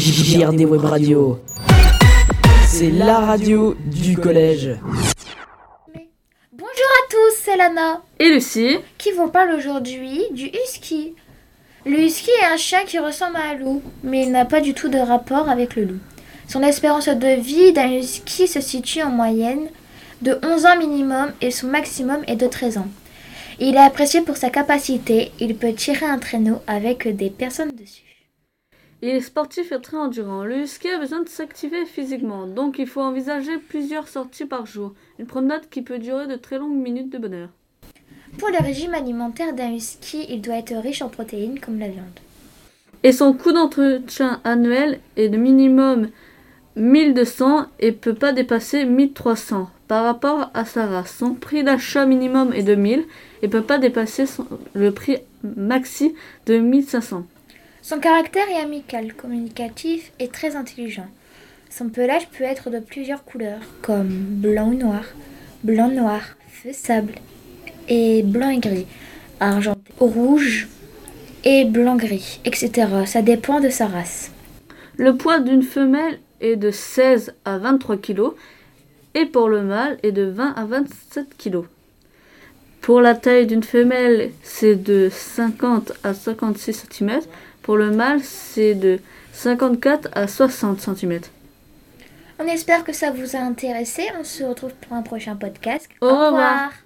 JRD Web Radio. C'est la radio du collège. Bonjour à tous, c'est Lana et Lucie qui vous parle aujourd'hui du husky. Le husky est un chien qui ressemble à un loup, mais il n'a pas du tout de rapport avec le loup. Son espérance de vie d'un husky se situe en moyenne de 11 ans minimum et son maximum est de 13 ans. Il est apprécié pour sa capacité, il peut tirer un traîneau avec des personnes dessus. Il est sportif et très endurant. Le husky a besoin de s'activer physiquement, donc il faut envisager plusieurs sorties par jour. Une promenade qui peut durer de très longues minutes de bonheur. Pour le régime alimentaire d'un husky, il doit être riche en protéines comme la viande. Et son coût d'entretien annuel est de minimum 1200 et peut pas dépasser 1300 par rapport à sa race. Son prix d'achat minimum est de 1000 et peut pas dépasser le prix maxi de 1500. Son caractère est amical, communicatif et très intelligent. Son pelage peut être de plusieurs couleurs, comme blanc noir, feu sable et blanc et gris, argenté, rouge et blanc-gris, etc. Ça dépend de sa race. Le poids d'une femelle est de 16 à 23 kg et pour le mâle est de 20 à 27 kg. Pour la taille d'une femelle, c'est de 50 à 56 cm. Pour le mâle, c'est de 54 à 60 cm. On espère que ça vous a intéressé. On se retrouve pour un prochain podcast. Au revoir.